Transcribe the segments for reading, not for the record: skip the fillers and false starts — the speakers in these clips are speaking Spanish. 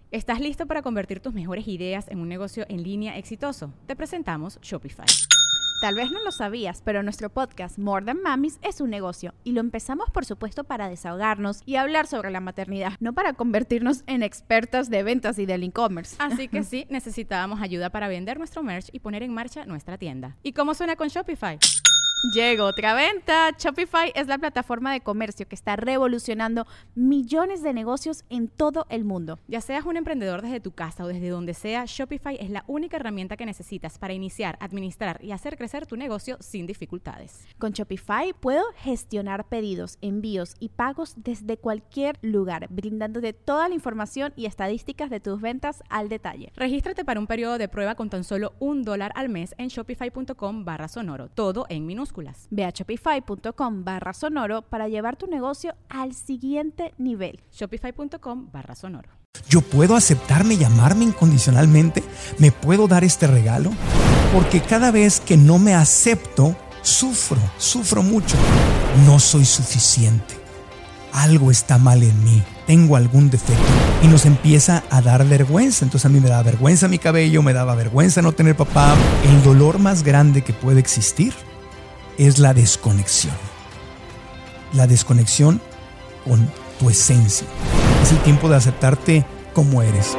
¿Estás listo para convertir tus mejores ideas en un negocio en línea exitoso? Te presentamos Shopify. Tal vez no lo sabías, pero nuestro podcast More Than Mamis es un negocio y lo empezamos por supuesto para desahogarnos y hablar sobre la maternidad, no para convertirnos en expertas de ventas y del e-commerce. Así que sí, necesitábamos ayuda para vender nuestro merch y poner en marcha nuestra tienda. ¿Y cómo suena con Shopify? Llegó otra venta. Shopify es la plataforma de comercio que está revolucionando millones de negocios en todo el mundo. Ya seas un emprendedor desde tu casa o desde donde sea, Shopify es la única herramienta que necesitas para iniciar, administrar y hacer crecer tu negocio sin dificultades. Con Shopify puedo gestionar pedidos, envíos y pagos desde cualquier lugar, brindándote toda la información y estadísticas de tus ventas al detalle. Regístrate para un periodo de prueba con tan solo $1 al mes en shopify.com/sonoro, todo en minúsculas. Ve a shopify.com/sonoro para llevar tu negocio al siguiente nivel. Shopify.com/sonoro. ¿Yo puedo aceptarme y amarme incondicionalmente? ¿Me puedo dar este regalo? Porque cada vez que no me acepto, sufro mucho. No soy suficiente. Algo está mal en mí. Tengo algún defecto. Y nos empieza a dar vergüenza. Entonces a mí me da vergüenza mi cabello, me daba vergüenza no tener papá. El dolor más grande que puede existir es la desconexión. La desconexión con tu esencia. Es el tiempo de aceptarte como eres.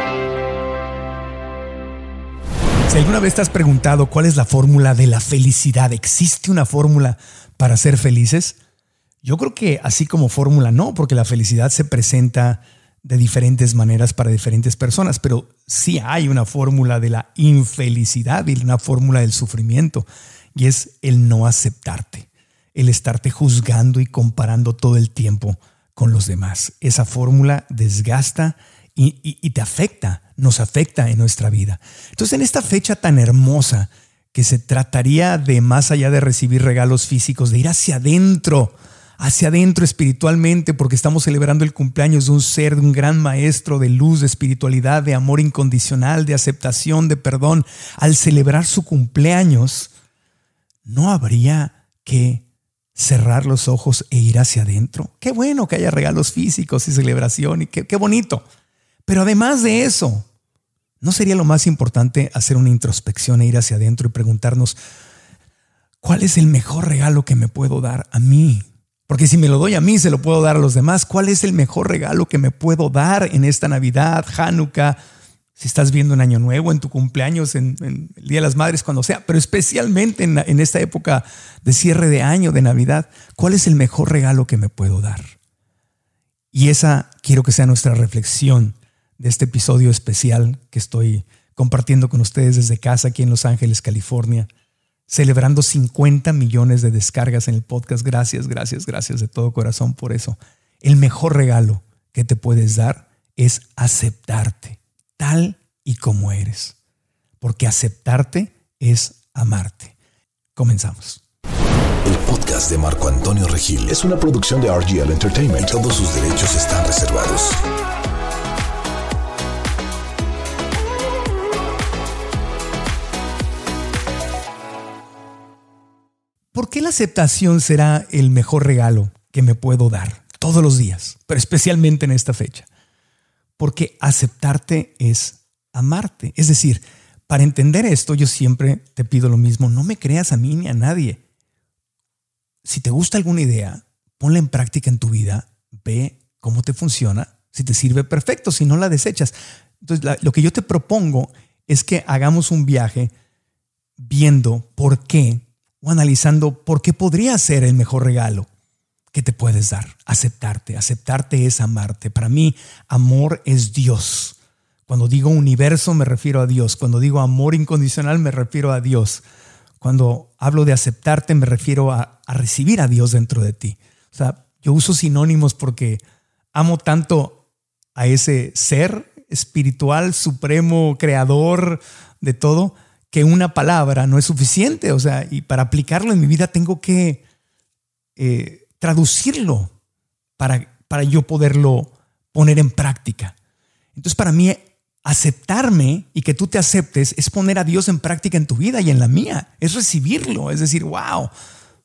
Si alguna vez te has preguntado cuál es la fórmula de la felicidad, ¿existe una fórmula para ser felices? Yo creo que así como fórmula no, porque la felicidad se presenta de diferentes maneras para diferentes personas, pero sí hay una fórmula de la infelicidad y una fórmula del sufrimiento. Y es el no aceptarte, el estarte juzgando y comparando todo el tiempo con los demás. Esa fórmula desgasta y te afecta, nos afecta en nuestra vida. Entonces, en esta fecha tan hermosa que se trataría de, más allá de recibir regalos físicos, de ir hacia adentro espiritualmente, porque estamos celebrando el cumpleaños de un ser, de un gran maestro de luz, de espiritualidad, de amor incondicional, de aceptación, de perdón. Al celebrar su cumpleaños, ¿no habría que cerrar los ojos e ir hacia adentro? Qué bueno que haya regalos físicos y celebración y qué bonito. Pero además de eso, ¿no sería lo más importante hacer una introspección e ir hacia adentro y preguntarnos cuál es el mejor regalo que me puedo dar a mí? Porque si me lo doy a mí, se lo puedo dar a los demás. ¿Cuál es el mejor regalo que me puedo dar en esta Navidad, Hanukkah? Si estás viendo en Año Nuevo, en tu cumpleaños, en el Día de las Madres, cuando sea, pero especialmente en esta época de cierre de año, de Navidad, ¿cuál es el mejor regalo que me puedo dar? Y esa quiero que sea nuestra reflexión de este episodio especial que estoy compartiendo con ustedes desde casa aquí en Los Ángeles, California, celebrando 50 millones de descargas en el podcast. Gracias de todo corazón por eso. El mejor regalo que te puedes dar es aceptarte tal y como eres, porque aceptarte es amarte. Comenzamos. El podcast de Marco Antonio Regil es una producción de RGL Entertainment. Todos sus derechos están reservados. ¿Por qué la aceptación será el mejor regalo que me puedo dar todos los días, pero especialmente en esta fecha? Porque aceptarte es amarte. Es decir, para entender esto, yo siempre te pido lo mismo. No me creas a mí ni a nadie. Si te gusta alguna idea, ponla en práctica en tu vida. Ve cómo te funciona. Si te sirve, perfecto. Si no, la desechas. Entonces, lo que yo te propongo es que hagamos un viaje viendo por qué o analizando por qué podría ser el mejor regalo que te puedes dar. Aceptarte. Aceptarte es amarte. Para mí, amor es Dios. Cuando digo universo, me refiero a Dios. Cuando digo amor incondicional, me refiero a Dios. Cuando hablo de aceptarte, me refiero a recibir a Dios dentro de ti. O sea, yo uso sinónimos porque amo tanto a ese ser espiritual, supremo, creador de todo, que una palabra no es suficiente. O sea, y para aplicarlo en mi vida tengo que traducirlo para yo poderlo poner en práctica. Entonces, para mí, aceptarme y que tú te aceptes es poner a Dios en práctica en tu vida y en la mía. Es recibirlo. Es decir, wow,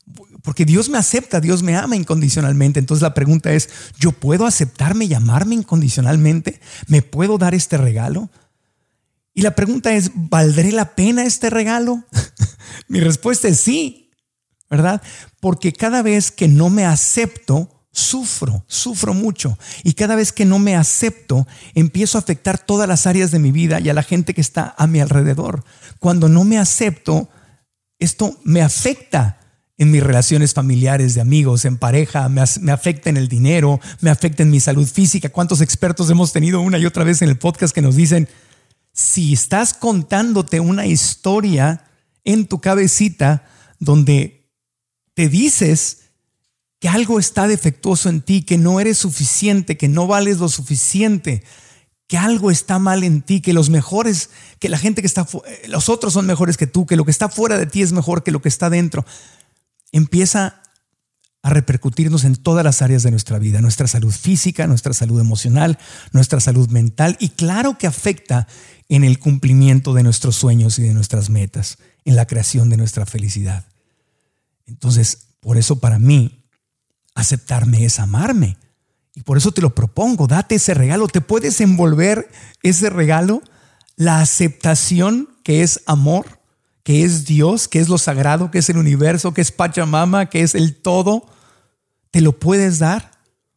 Porque Dios me acepta, Dios me ama incondicionalmente. Entonces la pregunta es, ¿yo puedo aceptarme y amarme incondicionalmente? ¿Me puedo dar este regalo? Y la pregunta es, ¿valdré la pena este regalo? Mi respuesta es sí, ¿verdad? Porque cada vez que no me acepto, sufro mucho. Y cada vez que no me acepto, empiezo a afectar todas las áreas de mi vida y a la gente que está a mi alrededor. Cuando no me acepto, esto me afecta en mis relaciones familiares, de amigos, en pareja, me afecta en el dinero, me afecta en mi salud física. ¿Cuántos expertos hemos tenido una y otra vez en el podcast que nos dicen, si estás contándote una historia en tu cabecita donde te dices que algo está defectuoso en ti, que no eres suficiente, que no vales lo suficiente, que algo está mal en ti, que los mejores, que la gente que está, los otros son mejores que tú, que lo que está fuera de ti es mejor que lo que está dentro, empieza a repercutirnos en todas las áreas de nuestra vida, nuestra salud física, nuestra salud emocional, nuestra salud mental, y claro que afecta en el cumplimiento de nuestros sueños y de nuestras metas, en la creación de nuestra felicidad. Entonces, por eso para mí, aceptarme es amarme. Y por eso te lo propongo, date ese regalo. ¿Te puedes envolver ese regalo? La aceptación, que es amor, que es Dios, que es lo sagrado, que es el universo, que es Pachamama, que es el todo, ¿te lo puedes dar?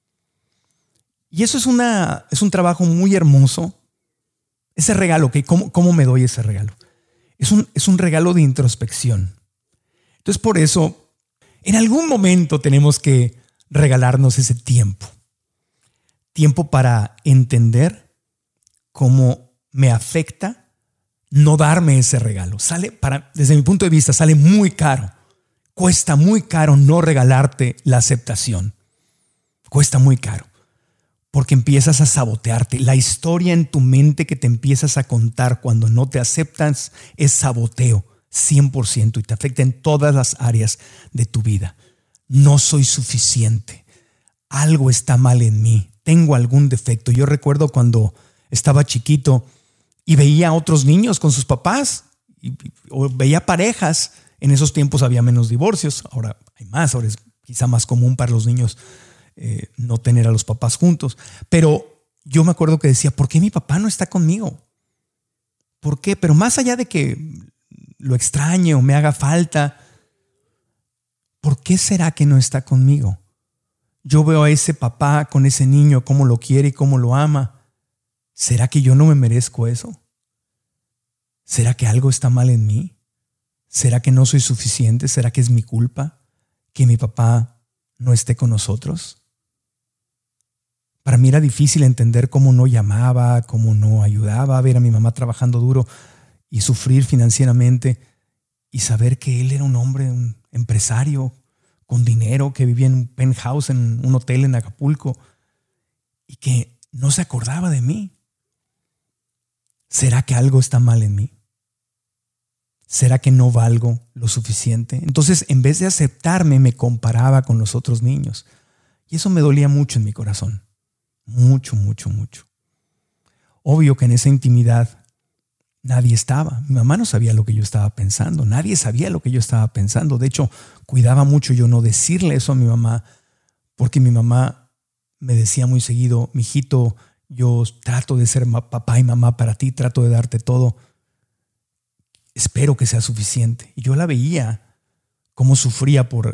Y eso es un trabajo muy hermoso. Ese regalo, ¿cómo me doy ese regalo? Es un regalo de introspección. Entonces, por eso, en algún momento tenemos que regalarnos ese tiempo. Tiempo para entender cómo me afecta no darme ese regalo. Desde mi punto de vista, sale muy caro. Cuesta muy caro no regalarte la aceptación. Cuesta muy caro. Porque empiezas a sabotearte. La historia en tu mente que te empiezas a contar cuando no te aceptas es saboteo 100% y te afecta en todas las áreas de tu vida. No soy suficiente. Algo está mal en mí. Tengo algún defecto. Yo recuerdo cuando estaba chiquito y veía a otros niños con sus papás o veía parejas. En esos tiempos había menos divorcios. Ahora hay más. Ahora es quizá más común para los niños no tener a los papás juntos. Pero yo me acuerdo que decía, ¿por qué mi papá no está conmigo? ¿Por qué? Pero más allá de que lo extrañe o me haga falta, ¿por qué será que no está conmigo? Yo veo a ese papá con ese niño, cómo lo quiere y cómo lo ama. ¿Será que yo no me merezco eso? ¿Será que algo está mal en mí? ¿Será que no soy suficiente? ¿Será que es mi culpa que mi papá no esté con nosotros? Para mí era difícil entender cómo no llamaba, cómo no ayudaba a ver a mi mamá trabajando duro y sufrir financieramente y saber que él era un hombre, un empresario con dinero, que vivía en un penthouse, en un hotel en Acapulco y que no se acordaba de mí. ¿Será que algo está mal en mí? ¿Será que no valgo lo suficiente? Entonces, en vez de aceptarme, me comparaba con los otros niños. Y eso me dolía mucho en mi corazón. Mucho, mucho, mucho. Obvio que en esa intimidad nadie estaba. Mi mamá no sabía lo que yo estaba pensando. Nadie sabía lo que yo estaba pensando. De hecho, cuidaba mucho yo no decirle eso a mi mamá, porque mi mamá me decía muy seguido, mijito, yo trato de ser papá y mamá para ti, trato de darte todo. Espero que sea suficiente. Y yo la veía cómo sufría por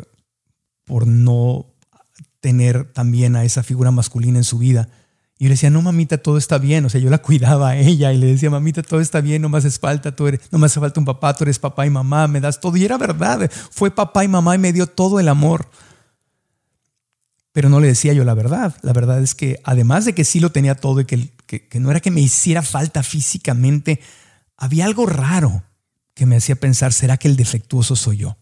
no tener también a esa figura masculina en su vida. Y yo le decía, no, mamita, todo está bien. O sea, yo la cuidaba a ella y le decía, mamita, todo está bien, no me hace falta, no me hace falta un papá, tú eres papá y mamá, me das todo. Y era verdad, fue papá y mamá y me dio todo el amor. Pero no le decía yo la verdad. La verdad es que además de que sí lo tenía todo y que no era que me hiciera falta físicamente, había algo raro que me hacía pensar, ¿será que el defectuoso soy yo?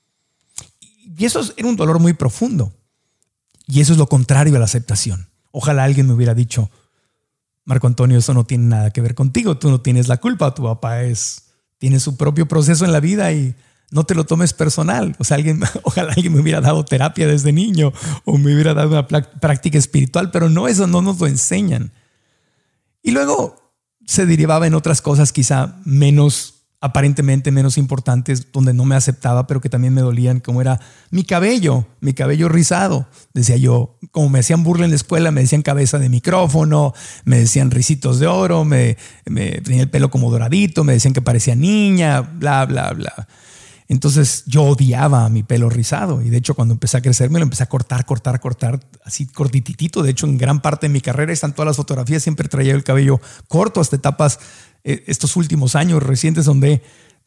Y eso era un dolor muy profundo. Y eso es lo contrario a la aceptación. Ojalá alguien me hubiera dicho, Marco Antonio, eso no tiene nada que ver contigo, tú no tienes la culpa, tu papá tiene su propio proceso en la vida y no te lo tomes personal. O sea, ojalá alguien me hubiera dado terapia desde niño o me hubiera dado una práctica espiritual, pero no, eso no nos lo enseñan. Y luego se derivaba en otras cosas quizá menos aparentemente menos importantes, donde no me aceptaba, pero que también me dolían, como era mi cabello rizado. Decía yo, como me hacían burla en la escuela, me decían cabeza de micrófono, me decían ricitos de oro, me tenía el pelo como doradito, me decían que parecía niña, bla, bla, bla. Entonces yo odiaba mi pelo rizado, y de hecho cuando empecé a crecer me lo empecé a cortar, así cortititito. De hecho, en gran parte de mi carrera, están todas las fotografías, siempre traía el cabello corto, hasta etapas estos últimos años recientes donde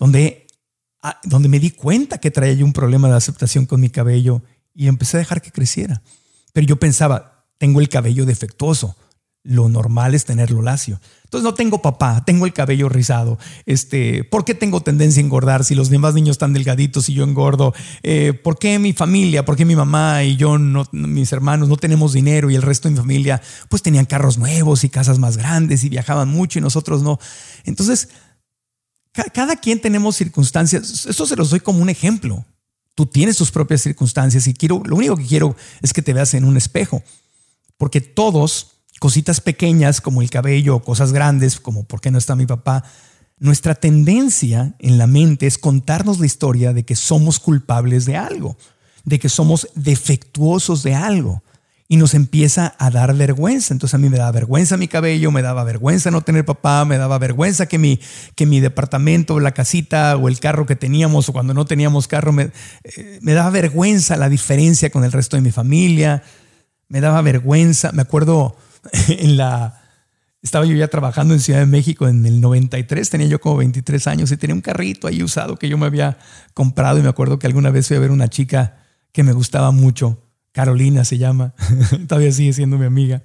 me di cuenta que traía yo un problema de aceptación con mi cabello, y empecé a dejar que creciera. Pero yo pensaba, tengo el cabello defectuoso, lo normal es tenerlo lacio. Entonces no tengo papá, tengo el cabello rizado. ¿Por qué tengo tendencia a engordar si los demás niños están delgaditos y yo engordo? ¿Por qué mi familia, por qué mi mamá y yo, mis hermanos, no tenemos dinero y el resto de mi familia pues tenían carros nuevos y casas más grandes y viajaban mucho y nosotros no? Entonces, cada quien tenemos circunstancias. Esto se los doy como un ejemplo. Tú tienes tus propias circunstancias y lo único que quiero es que te veas en un espejo, porque todos, cositas pequeñas como el cabello, cosas grandes como ¿por qué no está mi papá? Nuestra tendencia en la mente es contarnos la historia de que somos culpables de algo, de que somos defectuosos de algo, y nos empieza a dar vergüenza. Entonces a mí me daba vergüenza mi cabello, me daba vergüenza no tener papá, me daba vergüenza que mi departamento, la casita o el carro que teníamos, o cuando no teníamos carro, me daba vergüenza la diferencia con el resto de mi familia, me daba vergüenza. Me acuerdo estaba yo ya trabajando en Ciudad de México en el 93, tenía yo como 23 años y tenía un carrito ahí usado que yo me había comprado, y me acuerdo que alguna vez fui a ver una chica que me gustaba mucho, Carolina se llama, todavía sigue siendo mi amiga.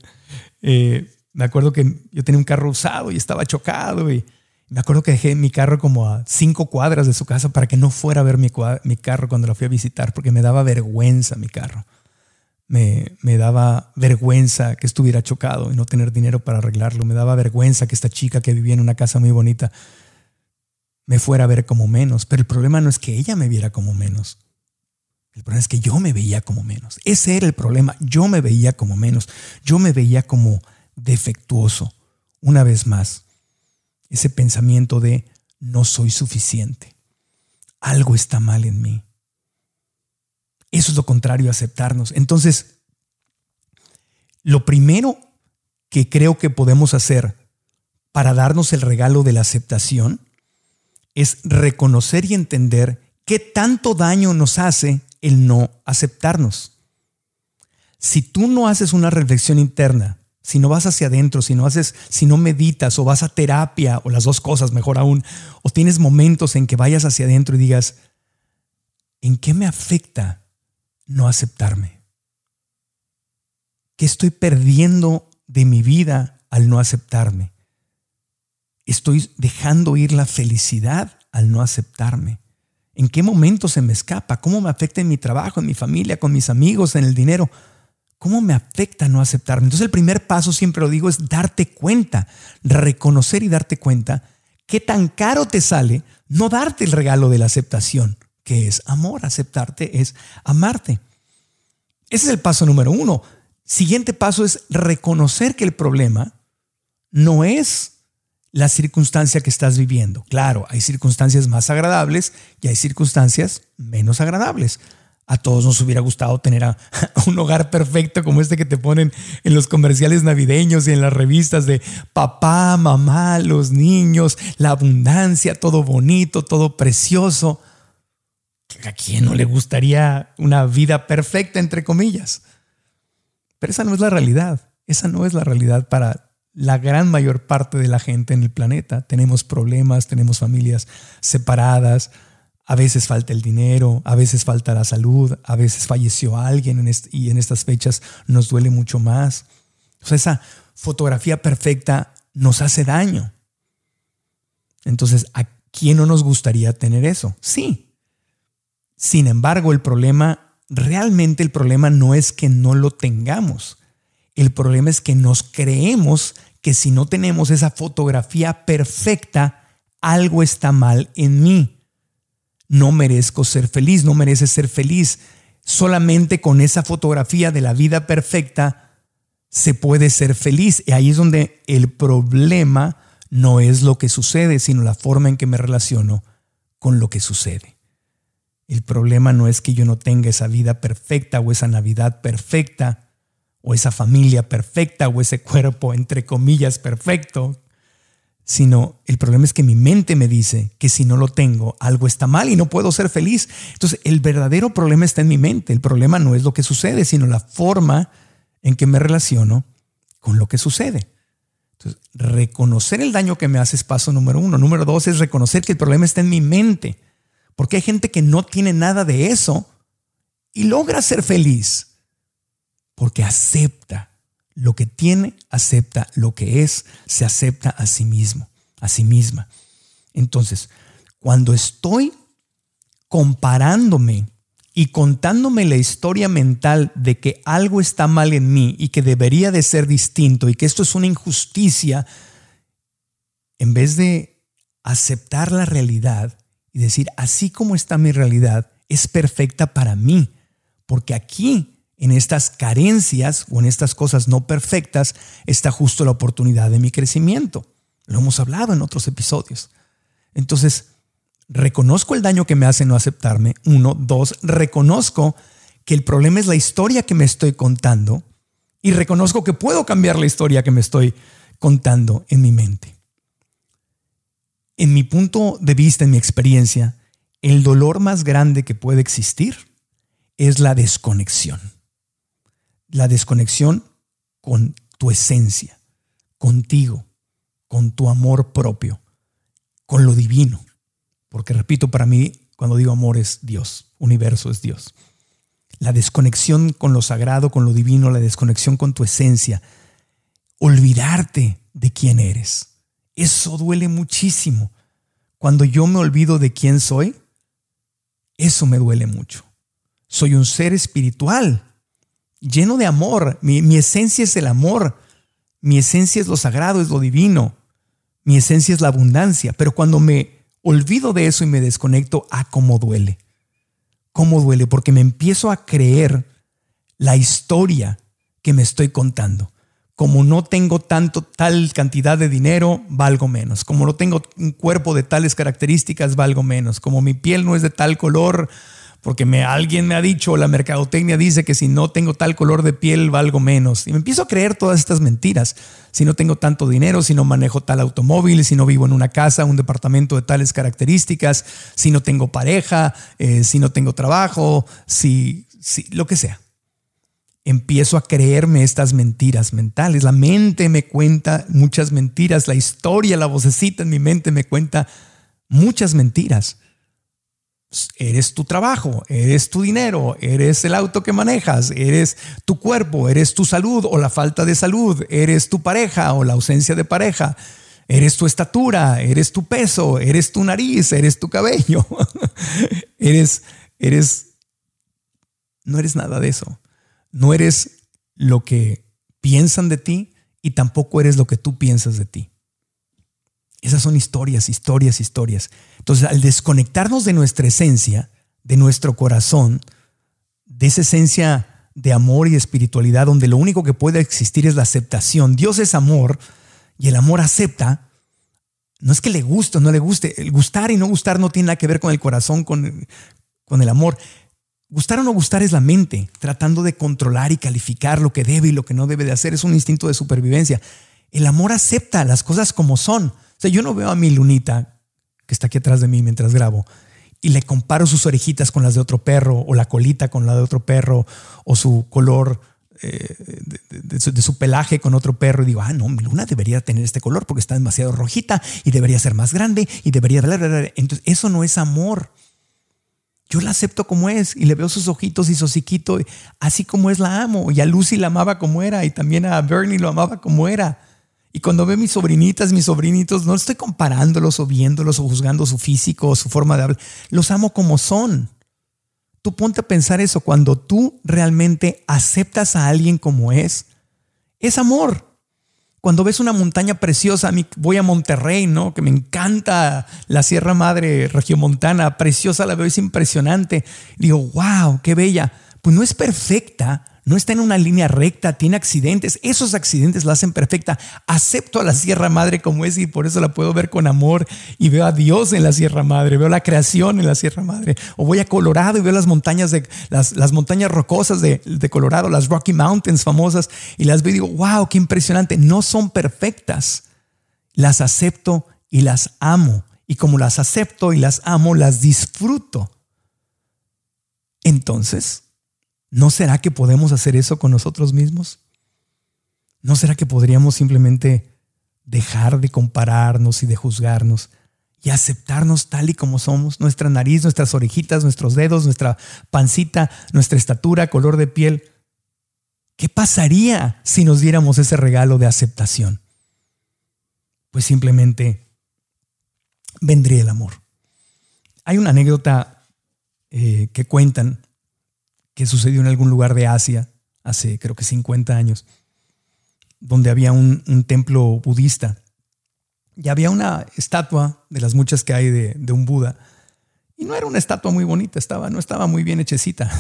Me acuerdo que yo tenía un carro usado y estaba chocado, y me acuerdo que dejé mi carro como a 5 cuadras de su casa para que no fuera a ver mi carro cuando la fui a visitar, porque me daba vergüenza mi carro. Me daba vergüenza que estuviera chocado y no tener dinero para arreglarlo. Me daba vergüenza que esta chica que vivía en una casa muy bonita me fuera a ver como menos. Pero el problema no es que ella me viera como menos. El problema es que yo me veía como menos. Ese era el problema. Yo me veía como menos. Yo me veía como defectuoso. Una vez más, ese pensamiento de no soy suficiente. Algo está mal en mí. Eso es lo contrario a aceptarnos. Entonces, lo primero que creo que podemos hacer para darnos el regalo de la aceptación es reconocer y entender qué tanto daño nos hace el no aceptarnos. Si tú no haces una reflexión interna, si no vas hacia adentro, si no meditas o vas a terapia, o las dos cosas, mejor aún, o tienes momentos en que vayas hacia adentro y digas, ¿en qué me afecta no aceptarme? ¿Qué estoy perdiendo de mi vida al no aceptarme? ¿Estoy dejando ir la felicidad al no aceptarme? ¿En qué momento se me escapa? ¿Cómo me afecta en mi trabajo, en mi familia, con mis amigos, en el dinero? ¿Cómo me afecta no aceptarme? Entonces el primer paso, siempre lo digo, es darte cuenta, reconocer y darte cuenta qué tan caro te sale no darte el regalo de la aceptación, que es amor. Aceptarte es amarte. Ese es el paso número 1. Siguiente paso es reconocer que el problema no es la circunstancia que estás viviendo. Claro, hay circunstancias más agradables y hay circunstancias menos agradables. A todos nos hubiera gustado tener a un hogar perfecto como este que te ponen en los comerciales navideños y en las revistas de papá, mamá, los niños, la abundancia, todo bonito, todo precioso. ¿A quién no le gustaría una vida perfecta, entre comillas? Pero esa no es la realidad. Esa no es la realidad para la gran mayor parte de la gente en el planeta. Tenemos problemas, tenemos familias separadas, a veces falta el dinero, a veces falta la salud, a veces falleció alguien y en estas fechas nos duele mucho más. O sea, esa fotografía perfecta nos hace daño. Entonces, ¿a quién no nos gustaría tener eso? Sí. Sin embargo, realmente el problema no es que no lo tengamos. El problema es que nos creemos que si no tenemos esa fotografía perfecta, algo está mal en mí. No merezco ser feliz, no mereces ser feliz. Solamente con esa fotografía de la vida perfecta se puede ser feliz. Y ahí es donde el problema no es lo que sucede, sino la forma en que me relaciono con lo que sucede. El problema no es que yo no tenga esa vida perfecta o esa Navidad perfecta o esa familia perfecta o ese cuerpo entre comillas perfecto, sino el problema es que mi mente me dice que si no lo tengo, algo está mal y no puedo ser feliz. Entonces el verdadero problema está en mi mente. El problema no es lo que sucede, sino la forma en que me relaciono con lo que sucede. Entonces, reconocer el daño que me hace es paso número 1. Número 2 es reconocer que el problema está en mi mente. Porque hay gente que no tiene nada de eso y logra ser feliz. Porque acepta lo que tiene, acepta lo que es, se acepta a sí mismo, a sí misma. Entonces, cuando estoy comparándome y contándome la historia mental de que algo está mal en mí y que debería de ser distinto y que esto es una injusticia, en vez de aceptar la realidad y decir, así como está mi realidad, es perfecta para mí, porque aquí, en estas carencias o en estas cosas no perfectas, está justo la oportunidad de mi crecimiento. Lo hemos hablado en otros episodios. Entonces, reconozco el daño que me hace no aceptarme. 1, 2, reconozco que el problema es la historia que me estoy contando y reconozco que puedo cambiar la historia que me estoy contando en mi mente. En mi punto de vista, en mi experiencia, el dolor más grande que puede existir es la desconexión. La desconexión con tu esencia, contigo, con tu amor propio, con lo divino. Porque repito, para mí, cuando digo amor es Dios, universo es Dios. La desconexión con lo sagrado, con lo divino, la desconexión con tu esencia. Olvidarte de quién eres. Eso duele muchísimo. Cuando yo me olvido de quién soy, eso me duele mucho. Soy un ser espiritual, lleno de amor. Mi esencia es el amor. Mi esencia es lo sagrado, es lo divino. Mi esencia es la abundancia. Pero cuando me olvido de eso y me desconecto, cómo duele. Cómo duele, porque me empiezo a creer la historia que me estoy contando. Como no tengo tal cantidad de dinero, valgo menos. Como no tengo un cuerpo de tales características, valgo menos. Como mi piel no es de tal color, porque alguien me ha dicho, la mercadotecnia dice que si no tengo tal color de piel, valgo menos. Y me empiezo a creer todas estas mentiras. Si no tengo tanto dinero, si no manejo tal automóvil, si no vivo en una casa, un departamento de tales características, si no tengo pareja, si no tengo trabajo, si lo que sea. Empiezo a creerme estas mentiras mentales. La mente me cuenta muchas mentiras. La historia, la vocecita en mi mente me cuenta muchas mentiras. Eres tu trabajo, eres tu dinero, eres el auto que manejas, eres tu cuerpo, eres tu salud o la falta de salud, eres tu pareja o la ausencia de pareja, eres tu estatura, eres tu peso, eres tu nariz, eres tu cabello. No eres nada de eso. No eres lo que piensan de ti y tampoco eres lo que tú piensas de ti. Esas son historias. Entonces, al desconectarnos de nuestra esencia, de nuestro corazón, de esa esencia de amor y de espiritualidad, donde lo único que puede existir es la aceptación. Dios es amor y el amor acepta. No es que le guste o no le guste. El gustar y no gustar no tiene nada que ver con el corazón, con el amor. Gustar o no gustar es la mente, tratando de controlar y calificar lo que debe y lo que no debe de hacer. Es un instinto de supervivencia. El amor acepta las cosas como son. O sea, yo no veo a mi Lunita, que está aquí atrás de mí mientras grabo, y le comparo sus orejitas con las de otro perro, o la colita con la de otro perro, o su color de su pelaje con otro perro, y digo, no, mi Luna debería tener este color porque está demasiado rojita y debería ser más grande y debería... Entonces, eso no es amor. Yo la acepto como es y le veo sus ojitos y su hociquito, así como es la amo. Y a Lucy la amaba como era y también a Bernie lo amaba como era. Y cuando veo mis sobrinitas, mis sobrinitos, no estoy comparándolos o viéndolos o juzgando su físico o su forma de hablar. Los amo como son. Tú ponte a pensar eso. Cuando tú realmente aceptas a alguien como es amor. Cuando ves una montaña preciosa, a mí voy a Monterrey, ¿no? Que me encanta la Sierra Madre Regiomontana, preciosa, la veo, es impresionante. Digo, wow, qué bella. Pues no es perfecta, no está en una línea recta, tiene accidentes. Esos accidentes la hacen perfecta. Acepto a la Sierra Madre como es y por eso la puedo ver con amor y veo a Dios en la Sierra Madre, veo la creación en la Sierra Madre. O voy a Colorado y veo las montañas las montañas rocosas de Colorado, las Rocky Mountains famosas, y las veo y digo, wow, qué impresionante. No son perfectas. Las acepto y las amo. Y como las acepto y las amo, las disfruto. Entonces, ¿no será que podemos hacer eso con nosotros mismos? ¿No será que podríamos simplemente dejar de compararnos y de juzgarnos y aceptarnos tal y como somos? Nuestra nariz, nuestras orejitas, nuestros dedos, nuestra pancita, nuestra estatura, color de piel. ¿Qué pasaría si nos diéramos ese regalo de aceptación? Pues simplemente vendría el amor. Hay una anécdota que cuentan que sucedió en algún lugar de Asia hace creo que 50 años, donde había un templo budista y había una estatua de las muchas que hay de un Buda, y no era una estatua muy bonita, no estaba muy bien hechecita.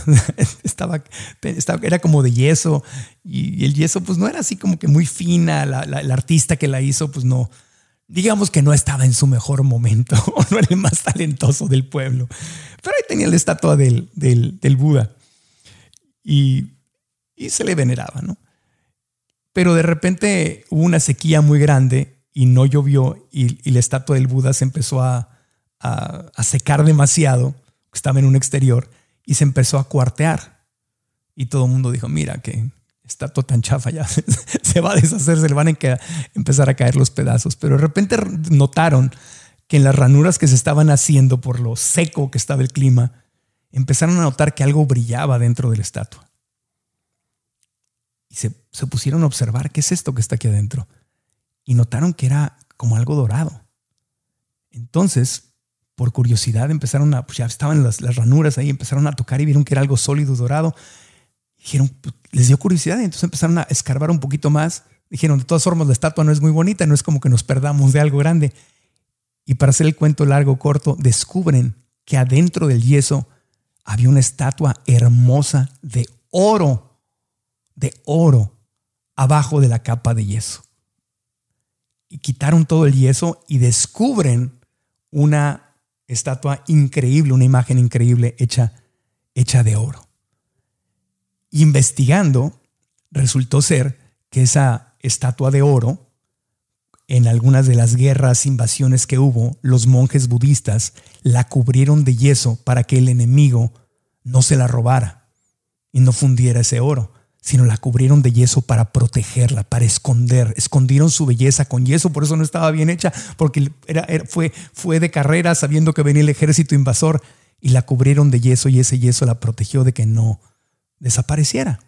Era como de yeso, y el yeso pues no era así como que muy fina. La artista que la hizo pues no, digamos que no estaba en su mejor momento, o no era el más talentoso del pueblo, pero ahí tenía la estatua del Buda y se le veneraba, ¿no? Pero de repente hubo una sequía muy grande y no llovió, y la estatua del Buda se empezó a secar demasiado, estaba en un exterior, y se empezó a cuartear, y todo el mundo dijo, mira qué estatua tan chafa, ya se va a deshacer, se le van a empezar a caer los pedazos. Pero de repente notaron que en las ranuras que se estaban haciendo por lo seco que estaba el clima, empezaron a notar que algo brillaba dentro de la estatua. Y se pusieron a observar qué es esto que está aquí adentro. Y notaron que era como algo dorado. Entonces, por curiosidad, pues ya estaban las ranuras ahí, empezaron a tocar y vieron que era algo sólido, dorado. Dijeron, les dio curiosidad, y entonces empezaron a escarbar un poquito más. Dijeron, de todas formas, la estatua no es muy bonita, no es como que nos perdamos de algo grande. Y para hacer el cuento largo o corto, descubren que adentro del yeso había una estatua hermosa de oro, abajo de la capa de yeso. Y quitaron todo el yeso y descubren una estatua increíble, una imagen increíble hecha de oro. Investigando, resultó ser que esa estatua de oro, en algunas de las guerras, invasiones que hubo, los monjes budistas la cubrieron de yeso para que el enemigo no se la robara y no fundiera ese oro, sino la cubrieron de yeso para protegerla, para escondieron su belleza con yeso. Por eso no estaba bien hecha, porque fue de carrera sabiendo que venía el ejército invasor, y la cubrieron de yeso, y ese yeso la protegió de que no desapareciera.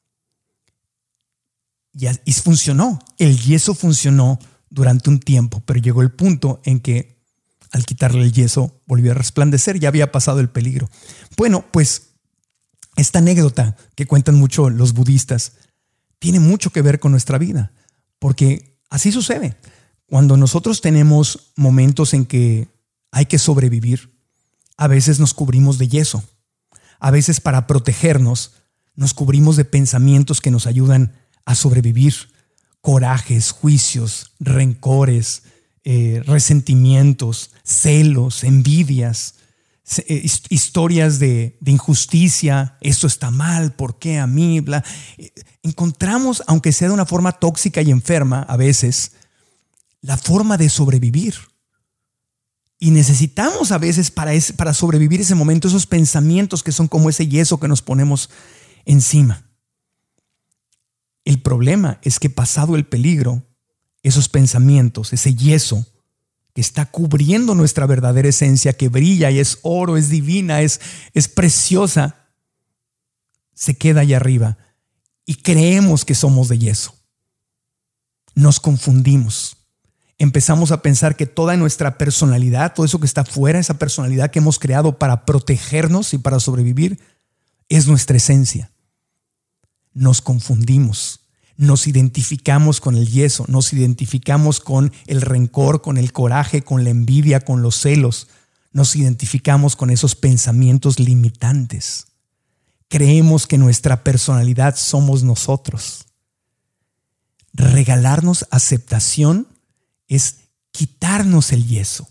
Y funcionó. El yeso funcionó durante un tiempo, pero llegó el punto en que al quitarle el yeso volvió a resplandecer. Ya había pasado el peligro. Bueno, pues esta anécdota que cuentan mucho los budistas tiene mucho que ver con nuestra vida, porque así sucede. Cuando nosotros tenemos momentos en que hay que sobrevivir, a veces nos cubrimos de yeso. A veces, para protegernos, nos cubrimos de pensamientos que nos ayudan a sobrevivir. Corajes, juicios, rencores, resentimientos, celos, envidias, historias de injusticia. Esto está mal, ¿por qué a mí? Bla. Encontramos, aunque sea de una forma tóxica y enferma a veces, la forma de sobrevivir. Y necesitamos a veces para sobrevivir ese momento esos pensamientos que son como ese yeso que nos ponemos encima. El problema es que, pasado el peligro, esos pensamientos, ese yeso que está cubriendo nuestra verdadera esencia, que brilla y es oro, es divina, es preciosa, se queda allá arriba y creemos que somos de yeso. Nos confundimos. Empezamos a pensar que toda nuestra personalidad, todo eso que está fuera, esa personalidad que hemos creado para protegernos y para sobrevivir, es nuestra esencia. Nos confundimos, nos identificamos con el yeso, nos identificamos con el rencor, con el coraje, con la envidia, con los celos. Nos identificamos con esos pensamientos limitantes. creemos que nuestra personalidad somos nosotros. Regalarnos aceptación es quitarnos el yeso.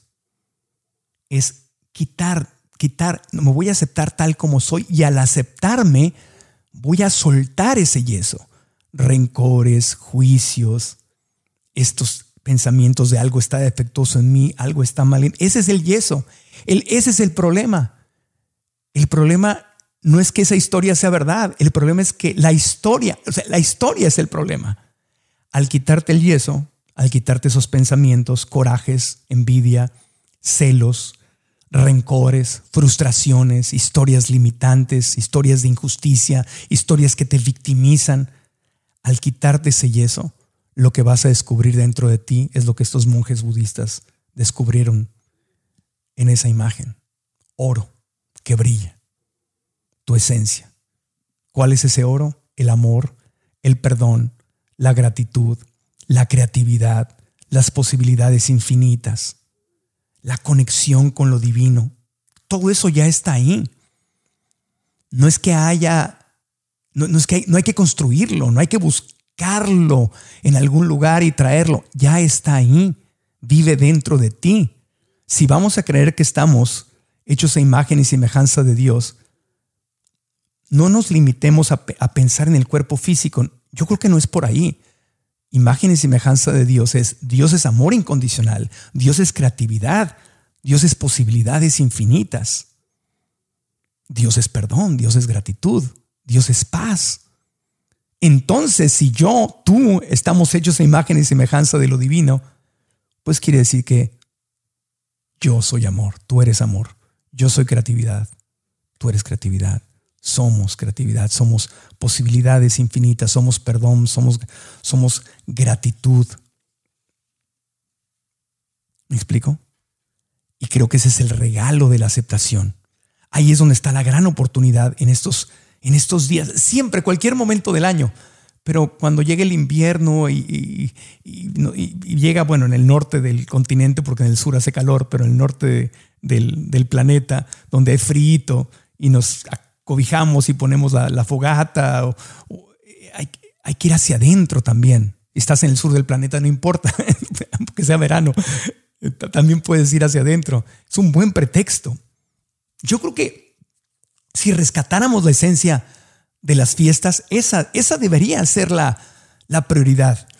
Es quitar, me voy a aceptar tal como soy, y al aceptarme voy a soltar ese yeso. Rencores, juicios, estos pensamientos de algo está defectuoso en mí, algo está mal en mí. Ese es el yeso. Ese es el problema. El problema no es que esa historia sea verdad. El problema es que la historia es el problema. Al quitarte el yeso, al quitarte esos pensamientos, corajes, envidia, celos, rencores, frustraciones, historias limitantes, historias de injusticia, historias que te victimizan, al quitarte ese yeso, lo que vas a descubrir dentro de ti es lo que estos monjes budistas descubrieron en esa imagen. Oro que brilla, tu esencia. ¿Cuál es ese oro? El amor, el perdón, la gratitud, la creatividad, las posibilidades infinitas, la conexión con lo divino. Todo eso ya está ahí. No es que haya, no hay que construirlo, no hay que buscarlo en algún lugar y traerlo. Ya está ahí, vive dentro de ti. Si vamos a creer que estamos hechos a imagen y semejanza de Dios, no nos limitemos a pensar en el cuerpo físico. Yo creo que no es por ahí. Imagen y semejanza de Dios es amor incondicional, Dios es creatividad, Dios es posibilidades infinitas, Dios es perdón, Dios es gratitud, Dios es paz. Entonces, si tú estamos hechos a imagen y semejanza de lo divino, pues quiere decir que yo soy amor, tú eres amor, yo soy creatividad, tú eres creatividad. Somos creatividad, somos posibilidades infinitas, somos perdón, somos gratitud. ¿Me explico? Y creo que ese es el regalo de la aceptación. Ahí es donde está la gran oportunidad en estos días, siempre, cualquier momento del año. Pero cuando llega el invierno y llega, en el norte del continente, porque en el sur hace calor, pero en el norte del planeta, donde hay frío y nos cobijamos y ponemos la fogata, hay que ir hacia adentro también. Estás en el sur del planeta, no importa, aunque sea verano, también puedes ir hacia adentro. Es un buen pretexto. Yo creo que si rescatáramos la esencia de las fiestas, esa debería ser la prioridad.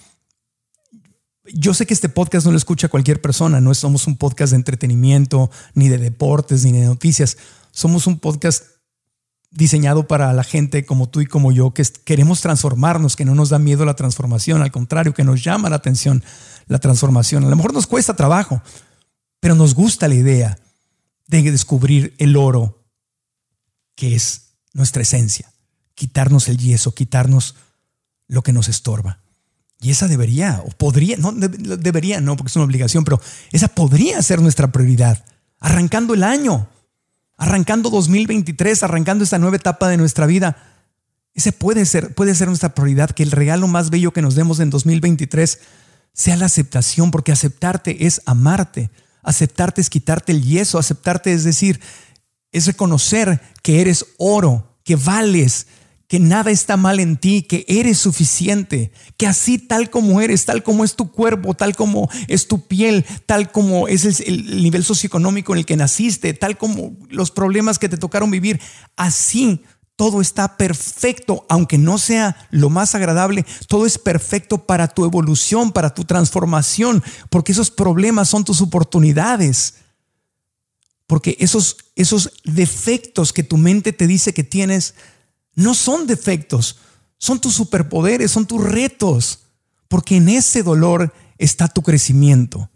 Yo sé que este podcast no lo escucha cualquier persona, no somos un podcast de entretenimiento, ni de deportes, ni de noticias. Somos un podcast diseñado para la gente como tú y como yo, que queremos transformarnos, que no nos da miedo la transformación, al contrario, que nos llama la atención la transformación. A lo mejor nos cuesta trabajo, pero nos gusta la idea de descubrir el oro que es nuestra esencia, quitarnos el yeso, quitarnos lo que nos estorba. Y esa debería, o podría, no debería, no, porque es una obligación, pero esa podría ser nuestra prioridad, arrancando el año, arrancando 2023, arrancando esta nueva etapa de nuestra vida. Ese puede ser nuestra prioridad, que el regalo más bello que nos demos en 2023 sea la aceptación, porque aceptarte es amarte, aceptarte es quitarte el yeso, aceptarte es decir, es reconocer que eres oro, que vales, que nada está mal en ti, que eres suficiente, que así tal como eres, tal como es tu cuerpo, tal como es tu piel, tal como es el nivel socioeconómico en el que naciste, tal como los problemas que te tocaron vivir, así todo está perfecto, aunque no sea lo más agradable, todo es perfecto para tu evolución, para tu transformación, porque esos problemas son tus oportunidades. Porque esos defectos que tu mente te dice que tienes no son defectos, son tus superpoderes, son tus retos, porque en ese dolor está tu crecimiento.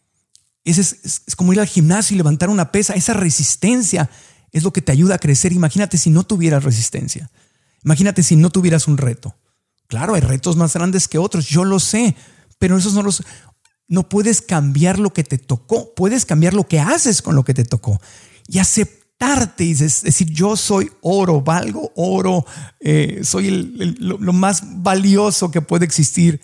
Es como ir al gimnasio y levantar una pesa. Esa resistencia es lo que te ayuda a crecer. Imagínate si no tuvieras resistencia. Imagínate si no tuvieras un reto. Claro, hay retos más grandes que otros, yo lo sé, pero esos no puedes cambiar lo que te tocó. Puedes cambiar lo que haces con lo que te tocó y aceptarte y decir, yo soy oro, valgo oro, soy lo más valioso que puede existir.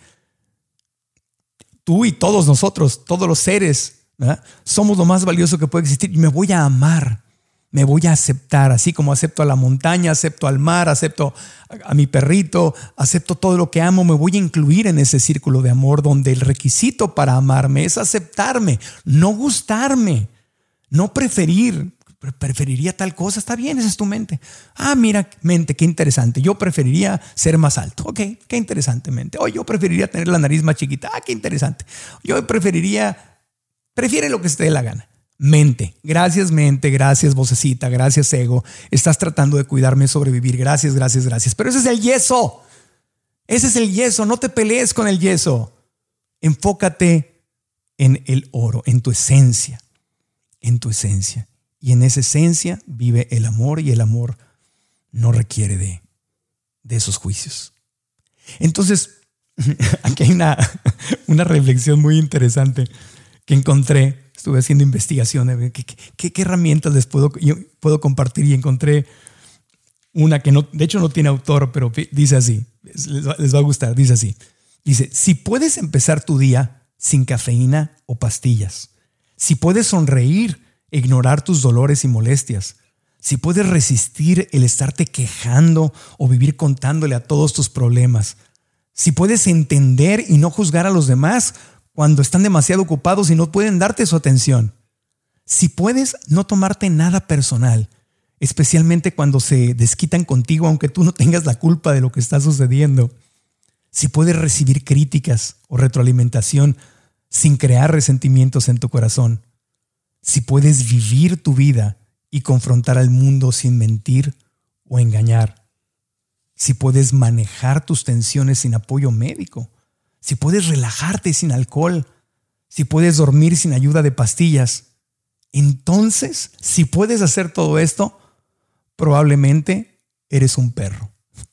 Tú y todos nosotros, todos los seres, ¿verdad? Somos lo más valioso que puede existir y me voy a amar. Me voy a aceptar, así como acepto a la montaña, acepto al mar, acepto a mi perrito, acepto todo lo que amo. Me voy a incluir en ese círculo de amor donde el requisito para amarme es aceptarme, no gustarme, no preferir. Preferiría tal cosa, está bien, esa es tu mente. Mira, mente, qué interesante. Yo preferiría ser más alto. Ok, qué interesante, mente. Yo preferiría tener la nariz más chiquita. Qué interesante. Prefiere lo que se te dé la gana. Mente, gracias vocecita, gracias ego. Estás tratando de cuidarme, sobrevivir. Gracias. Pero ese es el yeso. Ese es el yeso. No te pelees con el yeso. Enfócate en el oro, en tu esencia. Y en esa esencia vive el amor, y el amor no requiere de esos juicios. Entonces, aquí hay una reflexión muy interesante que encontré. Estuve haciendo investigación. ¿Qué herramientas les puedo compartir? Y encontré una que de hecho no tiene autor, pero dice así. Les va a gustar. Dice así. Dice, si puedes empezar tu día sin cafeína o pastillas, si puedes sonreír, ignorar tus dolores y molestias, si puedes resistir el estarte quejando o vivir contándole a todos tus problemas, si puedes entender y no juzgar a los demás cuando están demasiado ocupados y no pueden darte su atención, si puedes no tomarte nada personal, especialmente cuando se desquitan contigo aunque tú no tengas la culpa de lo que está sucediendo, si puedes recibir críticas o retroalimentación sin crear resentimientos en tu corazón, si puedes vivir tu vida y confrontar al mundo sin mentir o engañar, si puedes manejar tus tensiones sin apoyo médico, si puedes relajarte sin alcohol, si puedes dormir sin ayuda de pastillas, entonces, si puedes hacer todo esto, probablemente eres un perro.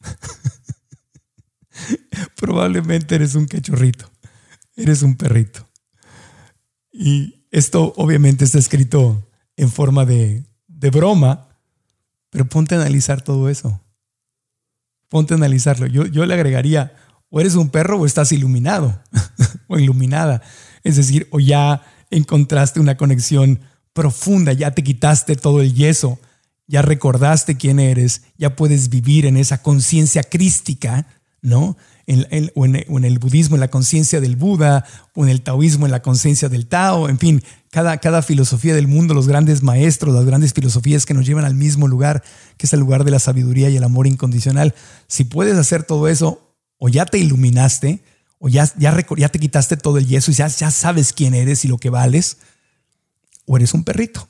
Probablemente eres un cachorrito, eres un perrito. Y esto obviamente está escrito en forma de broma, pero ponte a analizar todo eso. Ponte a analizarlo. Yo le agregaría, o eres un perro o estás iluminado o iluminada. Es decir, o ya encontraste una conexión profunda, ya te quitaste todo el yeso, ya recordaste quién eres, ya puedes vivir en esa conciencia crística, ¿no? O en el budismo, en la conciencia del Buda, o en el taoísmo, en la conciencia del Tao. En fin, cada filosofía del mundo, los grandes maestros, las grandes filosofías que nos llevan al mismo lugar, que es el lugar de la sabiduría y el amor incondicional. Si puedes hacer todo eso, o ya te iluminaste, o ya te quitaste todo el yeso y ya sabes quién eres y lo que vales, o eres un perrito.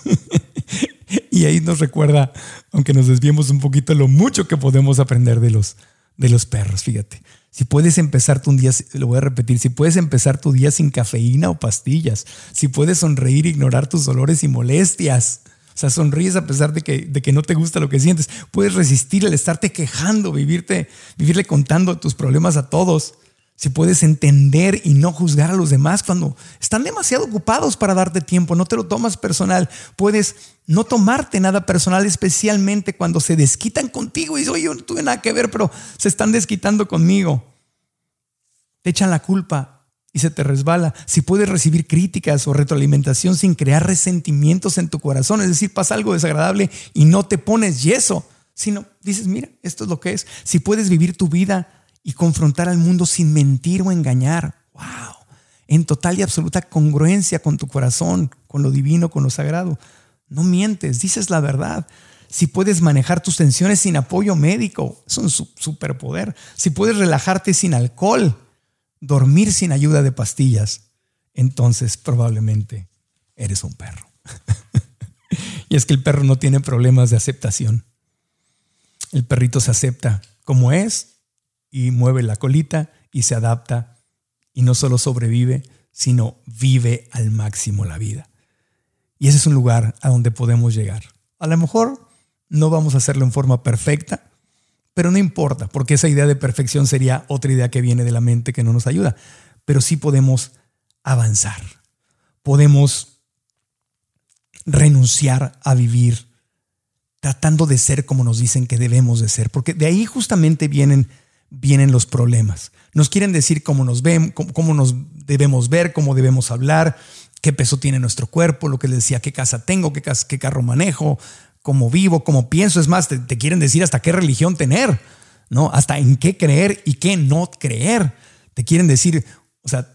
Y ahí nos recuerda, aunque nos desviemos un poquito, lo mucho que podemos aprender de los perros. Fíjate, si puedes empezar tu día, lo voy a repetir, si puedes empezar tu día sin cafeína o pastillas, si puedes sonreír e ignorar tus dolores y molestias, o sea, sonríes a pesar de que no te gusta lo que sientes, puedes resistir el estarte quejando, vivirle contando tus problemas a todos, si puedes entender y no juzgar a los demás cuando están demasiado ocupados para darte tiempo, no te lo tomas personal, puedes no tomarte nada personal, especialmente cuando se desquitan contigo y dices, oye, yo no tuve nada que ver, pero se están desquitando conmigo. Te echan la culpa y se te resbala. Si puedes recibir críticas o retroalimentación sin crear resentimientos en tu corazón, es decir, pasa algo desagradable y no te pones yeso, sino dices, mira, esto es lo que es. Si puedes vivir tu vida y confrontar al mundo sin mentir o engañar, wow, en total y absoluta congruencia con tu corazón, con lo divino, con lo sagrado. No mientes, dices la verdad. Si puedes manejar tus tensiones sin apoyo médico, es un superpoder. Si puedes relajarte sin alcohol, dormir sin ayuda de pastillas, entonces probablemente eres un perro. Y es que el perro no tiene problemas de aceptación. El perrito se acepta como es y mueve la colita y se adapta y no solo sobrevive, sino vive al máximo la vida. Y ese es un lugar a donde podemos llegar. A lo mejor no vamos a hacerlo en forma perfecta, pero no importa, porque esa idea de perfección sería otra idea que viene de la mente que no nos ayuda. Pero sí podemos avanzar. Podemos renunciar a vivir tratando de ser como nos dicen que debemos de ser, porque de ahí justamente vienen los problemas. Nos quieren decir cómo nos ven, cómo nos debemos ver, cómo debemos hablar, qué peso tiene nuestro cuerpo, lo que les decía, qué casa tengo, qué carro manejo, cómo vivo, cómo pienso. Es más, te quieren decir hasta qué religión tener, ¿no? Hasta en qué creer y qué no creer. Te quieren decir, o sea,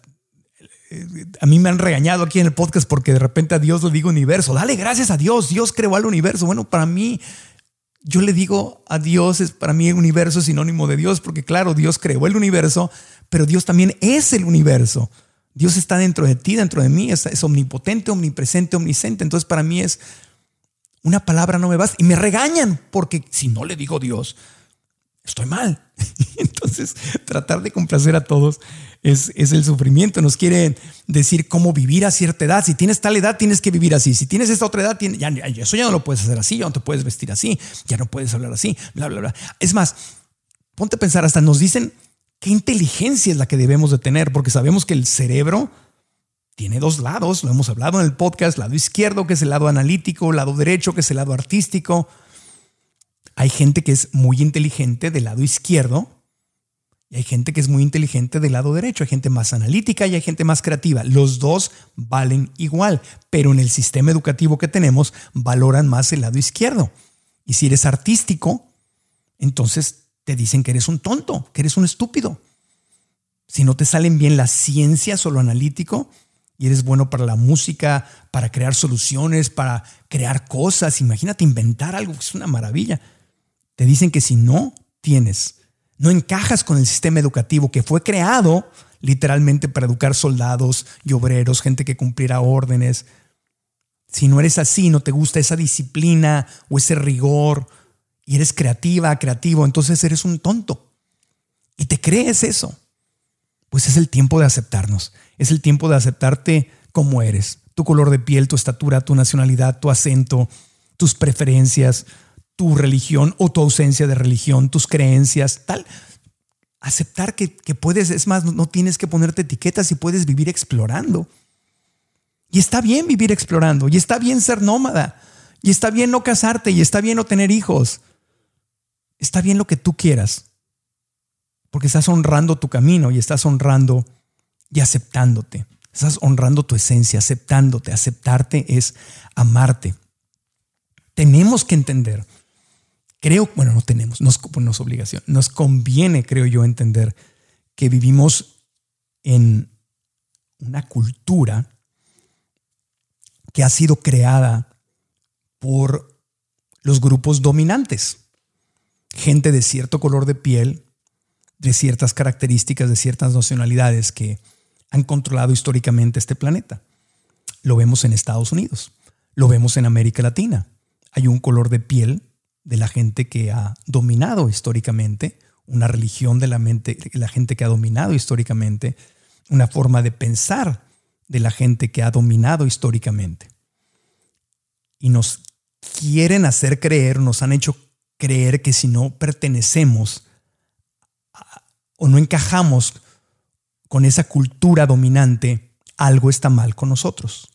a mí me han regañado aquí en el podcast porque de repente a Dios le digo universo. Dale gracias a Dios, Dios creó al universo. Bueno, para mí, yo le digo a Dios, para mí el universo es sinónimo de Dios, porque claro, Dios creó el universo, pero Dios también es el universo. Dios está dentro de ti, dentro de mí, es omnipotente, omnipresente, omnisciente. Entonces para mí es una palabra no me basta. Y me regañan porque si no le digo Dios, estoy mal. Entonces tratar de complacer a todos es el sufrimiento. Nos quieren decir cómo vivir a cierta edad. Si tienes tal edad, tienes que vivir así. Si tienes esta otra edad, eso ya no lo puedes hacer así, ya no te puedes vestir así, ya no puedes hablar así, bla, bla, bla. Es más, ponte a pensar, hasta nos dicen qué inteligencia es la que debemos de tener, porque sabemos que el cerebro tiene dos lados, lo hemos hablado en el podcast, lado izquierdo, que es el lado analítico, lado derecho, que es el lado artístico. Hay gente que es muy inteligente del lado izquierdo y hay gente que es muy inteligente del lado derecho. Hay gente más analítica y hay gente más creativa. Los dos valen igual, pero en el sistema educativo que tenemos valoran más el lado izquierdo. Y si eres artístico, entonces te dicen que eres un tonto, que eres un estúpido. Si no te salen bien las ciencias o lo analítico y eres bueno para la música, para crear soluciones, para crear cosas, imagínate inventar algo que es una maravilla. Te dicen que si no encajas con el sistema educativo que fue creado literalmente para educar soldados y obreros, gente que cumpliera órdenes. Si no eres así, no te gusta esa disciplina o ese rigor y eres creativo, entonces eres un tonto. Y te crees eso. Pues es el tiempo de aceptarnos. Es el tiempo de aceptarte como eres. Tu color de piel, tu estatura, tu nacionalidad, tu acento, tus preferencias, tu religión o tu ausencia de religión, tus creencias, tal. Aceptar que puedes, es más, no tienes que ponerte etiquetas y puedes vivir explorando. Y está bien vivir explorando, y está bien ser nómada, y está bien no casarte, y está bien no tener hijos. Está bien lo que tú quieras, porque estás honrando tu camino y estás honrando y aceptándote. Estás honrando tu esencia, aceptándote. Aceptarte es amarte. Tenemos que entender. No tenemos, no es obligación. Nos conviene, creo yo, entender que vivimos en una cultura que ha sido creada por los grupos dominantes. Gente de cierto color de piel, de ciertas características, de ciertas nacionalidades que han controlado históricamente este planeta. Lo vemos en Estados Unidos, lo vemos en América Latina. Hay un color de piel de la gente que ha dominado históricamente, una religión de la gente que ha dominado históricamente, una forma de pensar de la gente que ha dominado históricamente. Y nos quieren hacer creer, nos han hecho creer que si no pertenecemos o no encajamos con esa cultura dominante, algo está mal con nosotros.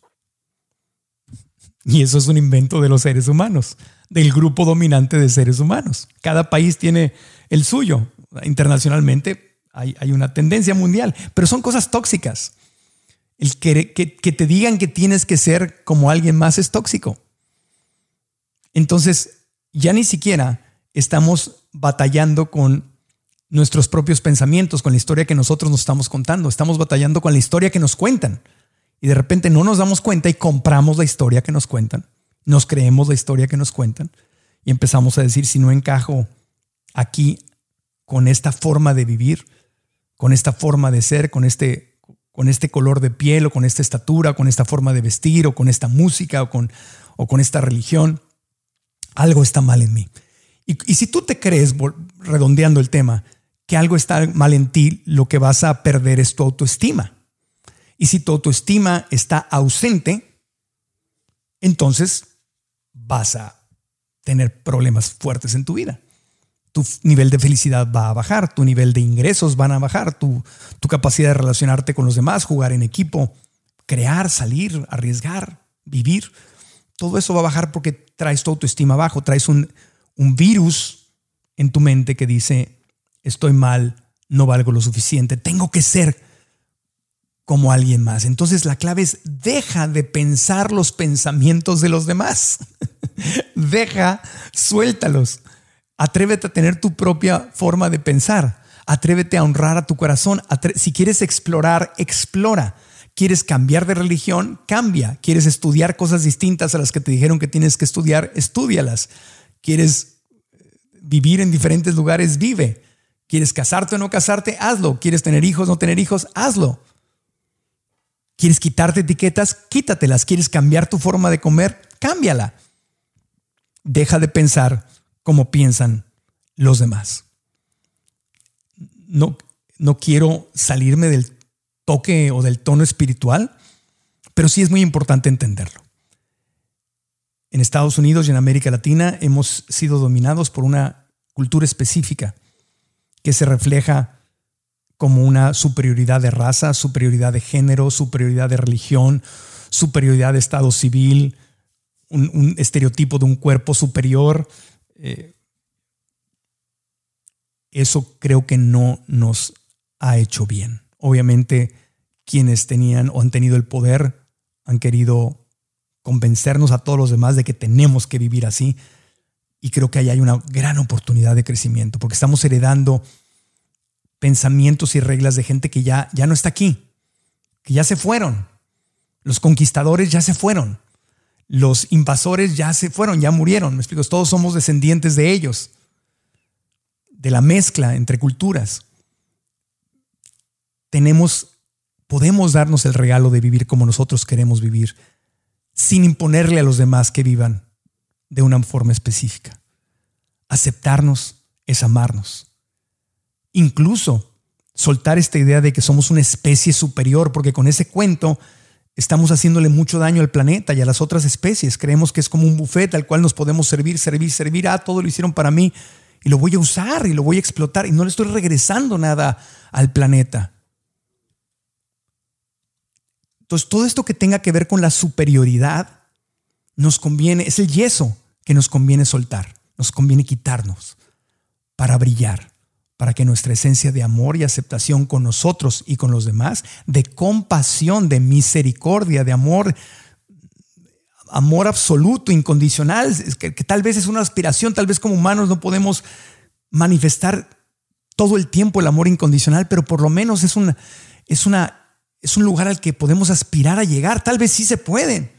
Y eso es un invento de los seres humanos, del grupo dominante de seres humanos. Cada país tiene el suyo. Internacionalmente hay una tendencia mundial, pero son cosas tóxicas. El que te digan que tienes que ser como alguien más es tóxico. Entonces, ya ni siquiera estamos batallando con nuestros propios pensamientos, con la historia que nosotros nos estamos contando. Estamos batallando con la historia que nos cuentan. Y de repente no nos damos cuenta y compramos la historia que nos cuentan. Nos creemos la historia que nos cuentan. Y empezamos a decir, si no encajo aquí con esta forma de vivir, con esta forma de ser, con este color de piel o con esta estatura, o con esta forma de vestir o con esta música o con esta religión, algo está mal en mí. Y si tú te crees, redondeando el tema, que algo está mal en ti, lo que vas a perder es tu autoestima. Y si tu autoestima está ausente, entonces vas a tener problemas fuertes en tu vida. Tu nivel de felicidad va a bajar, tu nivel de ingresos van a bajar, tu capacidad de relacionarte con los demás, jugar en equipo, crear, salir, arriesgar, vivir. Todo eso va a bajar porque traes tu autoestima abajo, traes un virus en tu mente que dice, estoy mal, no valgo lo suficiente, tengo que ser como alguien más. Entonces la clave es: deja de pensar los pensamientos de los demás. Suéltalos. Atrévete a tener tu propia forma de pensar. Atrévete a honrar a tu corazón. Si quieres explorar, explora. ¿Quieres cambiar de religión? Cambia. ¿Quieres estudiar cosas distintas a las que te dijeron que tienes que estudiar? Estúdialas. ¿Quieres vivir en diferentes lugares? Vive. ¿Quieres casarte o no casarte? Hazlo. ¿Quieres tener hijos o no tener hijos? Hazlo. ¿Quieres quitarte etiquetas? Quítatelas. ¿Quieres cambiar tu forma de comer? Cámbiala. Deja de pensar como piensan los demás. No quiero salirme del toque o del tono espiritual, pero sí es muy importante entenderlo. En Estados Unidos y en América Latina hemos sido dominados por una cultura específica que se refleja como una superioridad de raza, superioridad de género, superioridad de religión, superioridad de estado civil, un estereotipo de un cuerpo superior. Eso creo que no nos ha hecho bien. Obviamente, quienes tenían o han tenido el poder han querido convencernos a todos los demás de que tenemos que vivir así. Y creo que ahí hay una gran oportunidad de crecimiento, porque estamos heredando pensamientos y reglas de gente que ya no está aquí, que ya se fueron. Los conquistadores ya se fueron. Los invasores ya se fueron, ya murieron. Me explico, todos somos descendientes de ellos, de la mezcla entre culturas. Podemos darnos el regalo de vivir como nosotros queremos vivir, sin imponerle a los demás que vivan de una forma específica. Aceptarnos es amarnos. Incluso soltar esta idea de que somos una especie superior, porque con ese cuento estamos haciéndole mucho daño al planeta y a las otras especies. Creemos que es como un buffet al cual nos podemos servir. Todo lo hicieron para mí y lo voy a usar y lo voy a explotar y no le estoy regresando nada al planeta. Entonces, todo esto que tenga que ver con la superioridad nos conviene, es el yeso que nos conviene soltar, nos conviene quitarnos para brillar, para que nuestra esencia de amor y aceptación con nosotros y con los demás, de compasión, de misericordia, de amor absoluto, incondicional, que tal vez es una aspiración, tal vez como humanos no podemos manifestar todo el tiempo el amor incondicional, pero por lo menos es un lugar al que podemos aspirar a llegar. Tal vez sí se puede,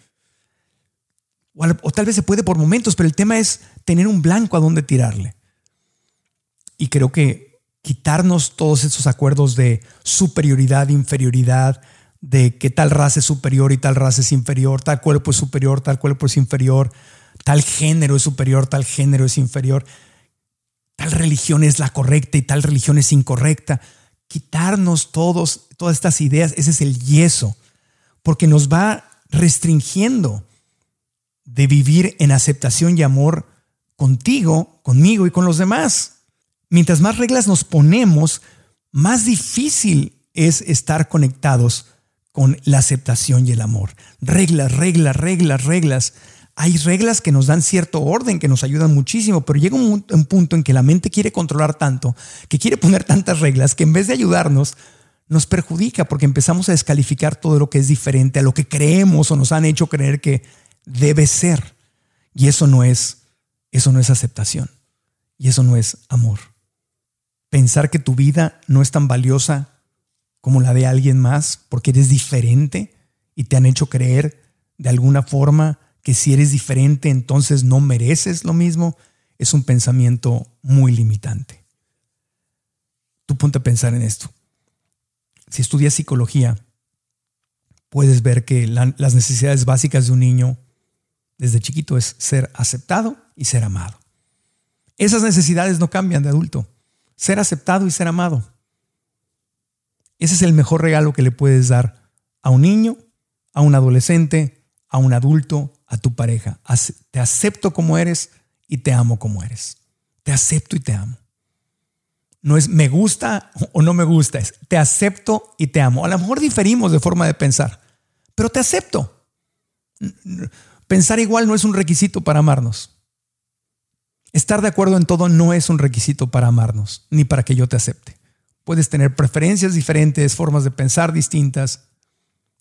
o tal vez se puede por momentos, pero el tema es tener un blanco a donde tirarle. Y creo que quitarnos todos esos acuerdos de superioridad, inferioridad, de que tal raza es superior y tal raza es inferior, tal cuerpo es superior, tal cuerpo es inferior, tal género es superior, tal género es inferior, tal religión es la correcta y tal religión es incorrecta. Quitarnos todas estas ideas, ese es el yeso, porque nos va restringiendo de vivir en aceptación y amor contigo, conmigo y con los demás. Mientras más reglas nos ponemos, más difícil es estar conectados con la aceptación y el amor. Reglas. Hay reglas que nos dan cierto orden, que nos ayudan muchísimo, pero llega un punto en que la mente quiere controlar tanto, que quiere poner tantas reglas, que en vez de ayudarnos, nos perjudica, porque empezamos a descalificar todo lo que es diferente a lo que creemos o nos han hecho creer que debe ser. Y eso no es aceptación. Y eso no es amor. Pensar que tu vida no es tan valiosa como la de alguien más porque eres diferente y te han hecho creer de alguna forma que si eres diferente entonces no mereces lo mismo, es un pensamiento muy limitante. Tú ponte a pensar en esto. Si estudias psicología, puedes ver que las necesidades básicas de un niño desde chiquito es ser aceptado y ser amado. Esas necesidades no cambian de adulto. Ser aceptado y ser amado. Ese es el mejor regalo que le puedes dar a un niño, a un adolescente, a un adulto, a tu pareja. Te acepto como eres y te amo como eres. Te acepto y te amo. No es me gusta o no me gusta, es te acepto y te amo. A lo mejor diferimos de forma de pensar, pero te acepto. Pensar igual no es un requisito para amarnos. Estar de acuerdo en todo no es un requisito para amarnos, ni para que yo te acepte. Puedes tener preferencias diferentes, formas de pensar distintas,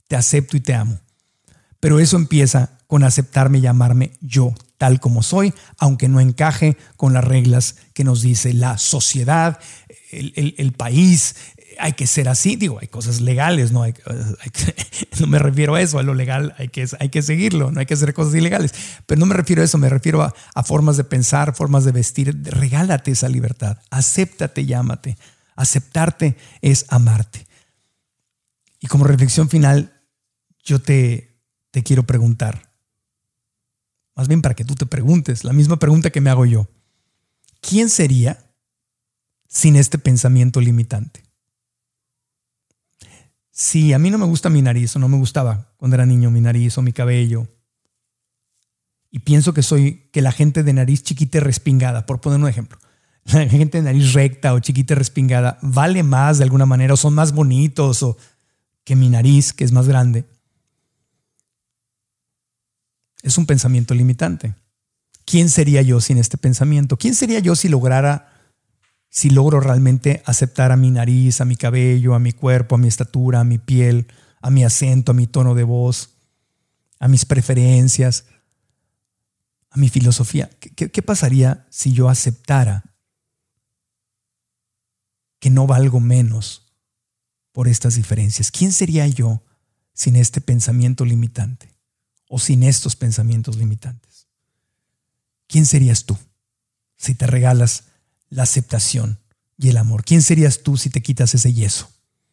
te acepto y te amo. Pero eso empieza con aceptarme y amarme yo, tal como soy, aunque no encaje con las reglas que nos dice la sociedad, el país. Hay que ser así. Digo, hay cosas legales, no no me refiero a eso, a lo legal hay que seguirlo, no hay que hacer cosas ilegales. Pero no me refiero a eso, me refiero a formas de pensar, formas de vestir. Regálate esa libertad, acéptate y ámate. Aceptarte es amarte. Y como reflexión final, yo te quiero preguntar, más bien para que tú te preguntes, la misma pregunta que me hago yo. ¿Quién sería sin este pensamiento limitante? Si a mí no me gusta mi nariz, o no me gustaba cuando era niño mi nariz o mi cabello, y pienso que la gente de nariz chiquita y respingada, por poner un ejemplo, la gente de nariz recta o chiquita y respingada vale más de alguna manera, o son más bonitos, o que mi nariz, que es más grande, es un pensamiento limitante. ¿Quién sería yo sin este pensamiento? ¿Quién sería yo si logro realmente aceptar a mi nariz, a mi cabello, a mi cuerpo, a mi estatura, a mi piel, a mi acento, a mi tono de voz, a mis preferencias, a mi filosofía? ¿Qué pasaría si yo aceptara que no valgo menos por estas diferencias? ¿Quién sería yo sin este pensamiento limitante o sin estos pensamientos limitantes? ¿Quién serías tú si te regalas la aceptación y el amor? ¿Quién serías tú si te quitas ese yeso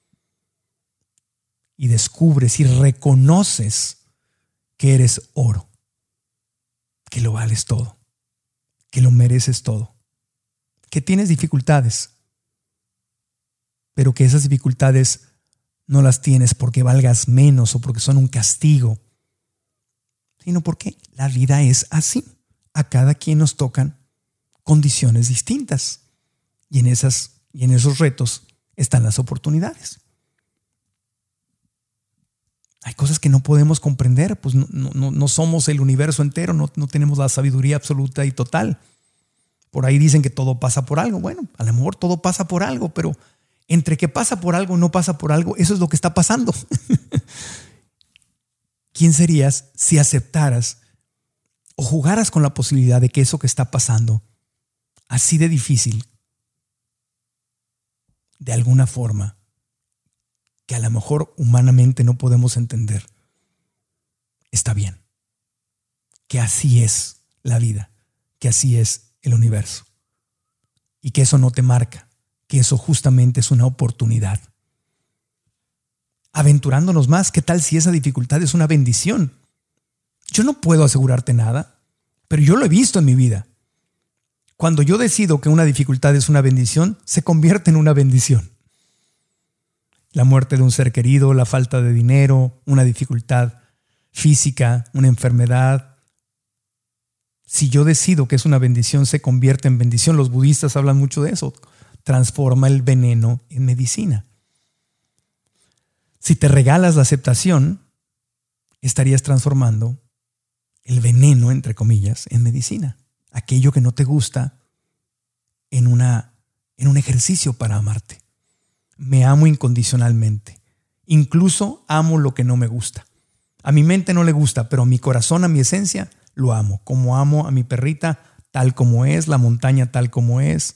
y descubres y reconoces que eres oro, que lo vales todo, que lo mereces todo, que tienes dificultades, pero que esas dificultades no las tienes porque valgas menos o porque son un castigo, sino porque la vida es así? A cada quien nos tocan condiciones distintas y en esos retos están las oportunidades. Hay cosas que no podemos comprender, pues no somos el universo entero, no tenemos la sabiduría absoluta y total. Por ahí dicen que todo pasa por algo. Bueno, a lo mejor todo pasa por algo, pero entre que pasa por algo y no pasa por algo, eso es lo que está pasando. ¿Quién serías si aceptaras o jugaras con la posibilidad de que eso que está pasando, así de difícil, de alguna forma, que a lo mejor humanamente no podemos entender, está bien? Que así es la vida, que así es el universo. Y que eso no te marca, que eso justamente es una oportunidad. Aventurándonos más, ¿qué tal si esa dificultad es una bendición? Yo no puedo asegurarte nada, pero yo lo he visto en mi vida. Cuando yo decido que una dificultad es una bendición, se convierte en una bendición. La muerte de un ser querido, la falta de dinero, una dificultad física, una enfermedad. Si yo decido que es una bendición, se convierte en bendición. Los budistas hablan mucho de eso. Transforma el veneno en medicina. Si te regalas la aceptación, estarías transformando el veneno, entre comillas, en medicina. Aquello que no te gusta en un ejercicio para amarte. Me amo incondicionalmente. Incluso amo lo que no me gusta. A mi mente no le gusta, pero a mi corazón, a mi esencia, lo amo. Como amo a mi perrita tal como es, la montaña tal como es.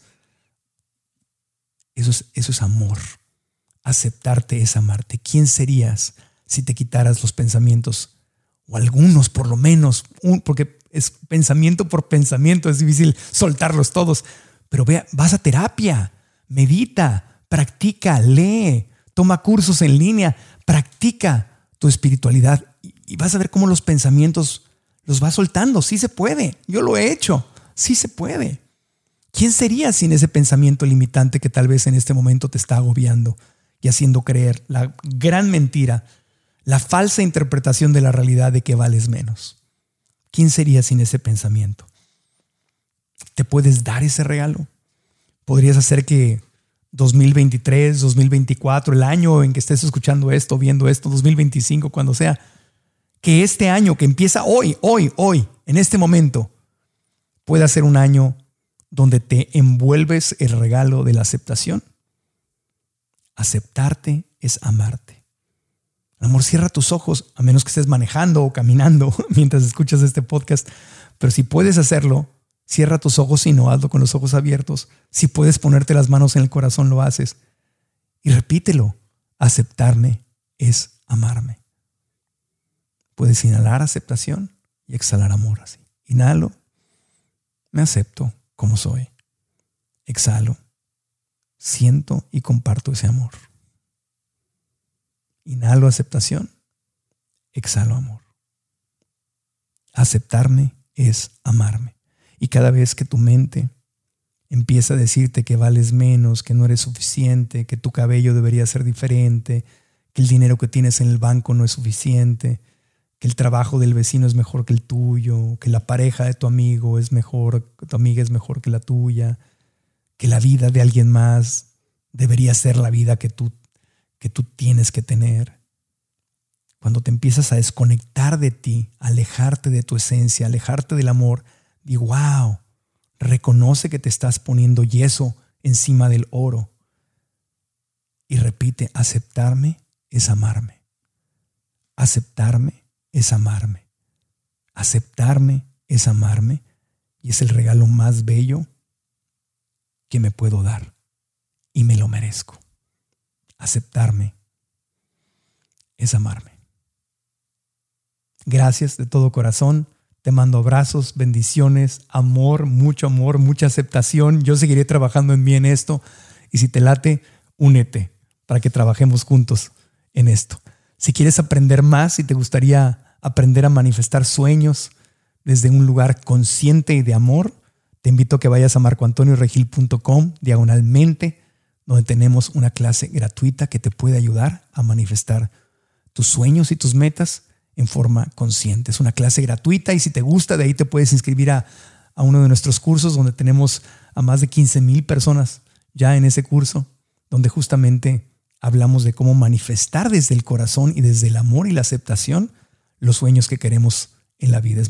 Eso es amor. Aceptarte es amarte. ¿Quién serías si te quitaras los pensamientos? O algunos, por lo menos, porque es pensamiento por pensamiento, es difícil soltarlos todos. Pero vas a terapia, medita, practica, lee, toma cursos en línea, practica tu espiritualidad y vas a ver cómo los pensamientos los vas soltando. Sí se puede, yo lo he hecho, sí se puede. ¿Quién sería sin ese pensamiento limitante que tal vez en este momento te está agobiando y haciendo creer la gran mentira, la falsa interpretación de la realidad de que vales menos? ¿Quién sería sin ese pensamiento? ¿Te puedes dar ese regalo? ¿Podrías hacer que 2023, 2024, el año en que estés escuchando esto, viendo esto, 2025, cuando sea, que este año que empieza hoy, en este momento, pueda ser un año donde te envuelves el regalo de la aceptación? Aceptarte es amarte. El amor, cierra tus ojos, a menos que estés manejando o caminando mientras escuchas este podcast. Pero si puedes hacerlo, cierra tus ojos, si no, hazlo con los ojos abiertos. Si puedes ponerte las manos en el corazón, lo haces. Y repítelo. Aceptarme es amarme. Puedes inhalar aceptación y exhalar amor así. Inhalo, me acepto como soy. Exhalo, siento y comparto ese amor. Inhalo aceptación, exhalo amor. Aceptarme es amarme. Y cada vez que tu mente empieza a decirte que vales menos, que no eres suficiente, que tu cabello debería ser diferente, que el dinero que tienes en el banco no es suficiente, que el trabajo del vecino es mejor que el tuyo, que la pareja de tu amigo es mejor, que tu amiga es mejor que la tuya, que la vida de alguien más debería ser la vida que tú tienes que tener. Cuando te empiezas a desconectar de ti, alejarte de tu esencia, alejarte del amor, di wow, reconoce que te estás poniendo yeso encima del oro. Y repite, aceptarme es amarme. Aceptarme es amarme. Aceptarme es amarme. Y es el regalo más bello que me puedo dar. Y me lo merezco. Aceptarme es amarme. Gracias de todo corazón. Te mando abrazos, bendiciones, amor, mucha aceptación. Yo seguiré trabajando en mí en esto. Y si te late, únete para que trabajemos juntos en esto. Si quieres aprender más, si te gustaría aprender a manifestar sueños desde un lugar consciente y de amor, te invito a que vayas a marcoantonioregil.com/mente, donde tenemos una clase gratuita que te puede ayudar a manifestar tus sueños y tus metas en forma consciente. Es una clase gratuita y si te gusta, de ahí te puedes inscribir a uno de nuestros cursos donde tenemos a más de 15,000 personas ya en ese curso, donde justamente hablamos de cómo manifestar desde el corazón y desde el amor y la aceptación los sueños que queremos en la vida. Es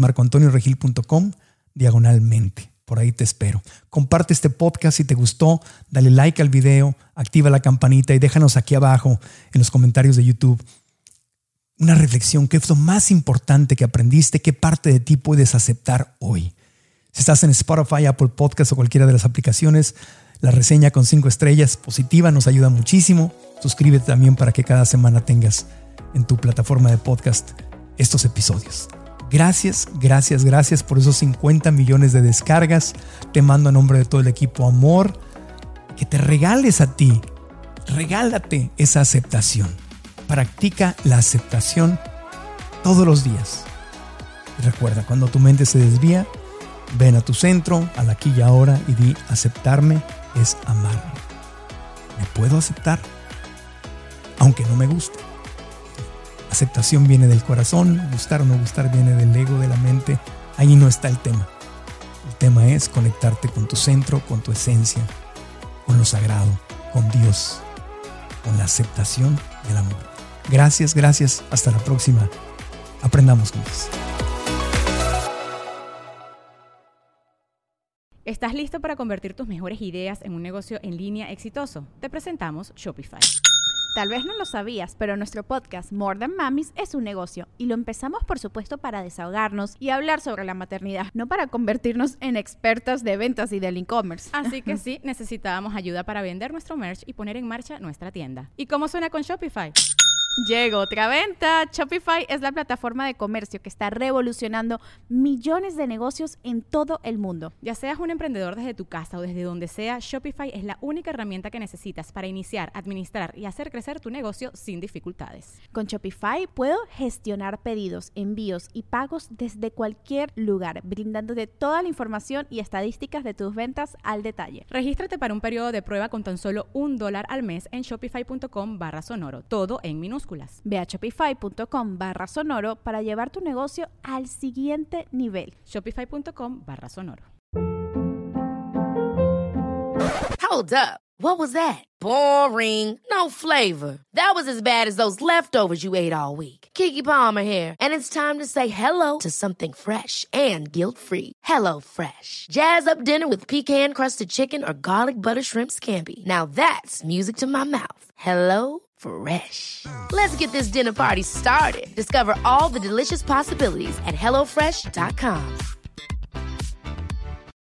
marcoantonioregil.com/mente. Por ahí te espero. Comparte este podcast si te gustó, dale like al video, activa la campanita y déjanos aquí abajo en los comentarios de YouTube una reflexión. ¿Qué es lo más importante que aprendiste? ¿Qué parte de ti puedes aceptar hoy? Si estás en Spotify, Apple Podcasts o cualquiera de las aplicaciones, la reseña con 5 estrellas positiva nos ayuda muchísimo. Suscríbete también para que cada semana tengas en tu plataforma de podcast estos episodios. Gracias por esos 50 millones de descargas. Te mando a nombre de todo el equipo amor. Que te regales a ti. Regálate esa aceptación. Practica la aceptación todos los días. Y recuerda, cuando tu mente se desvía, ven a tu centro, al aquí y ahora y di, aceptarme es amarme. ¿Me puedo aceptar? Aunque no me guste. Aceptación viene del corazón, gustar o no gustar viene del ego, de la mente. Ahí no está el tema. El tema es conectarte con tu centro, con tu esencia, con lo sagrado, con Dios, con la aceptación del amor. Gracias. Hasta la próxima. Aprendamos juntos. ¿Estás listo para convertir tus mejores ideas en un negocio en línea exitoso? Te presentamos Shopify. Tal vez no lo sabías, pero nuestro podcast More Than Mamis es un negocio y lo empezamos por supuesto para desahogarnos y hablar sobre la maternidad, no para convertirnos en expertas de ventas y del e-commerce. Así que sí, necesitábamos ayuda para vender nuestro merch y poner en marcha nuestra tienda. ¿Y cómo suena con Shopify? Llegó otra venta. Shopify es la plataforma de comercio que está revolucionando millones de negocios en todo el mundo. Ya seas un emprendedor desde tu casa o desde donde sea, Shopify es la única herramienta que necesitas para iniciar, administrar y hacer crecer tu negocio sin dificultades. Con Shopify puedo gestionar pedidos, envíos y pagos desde cualquier lugar, brindándote toda la información y estadísticas de tus ventas al detalle. Regístrate para un periodo de prueba con tan solo $1 al mes en shopify.com/sonoro, todo en minúsculas. Ve a shopify.com/sonoro para llevar tu negocio al siguiente nivel. Shopify.com/sonoro. Hold up. What was that? Boring. No flavor. That was as bad as those leftovers you ate all week. Keke Palmer here, and it's time to say hello to something fresh and guilt-free. Hello Fresh. Jazz up dinner with pecan-crusted chicken or garlic butter shrimp scampi. Now that's music to my mouth. Hello Fresh. Let's get this dinner party started. Discover all the delicious possibilities at HelloFresh.com.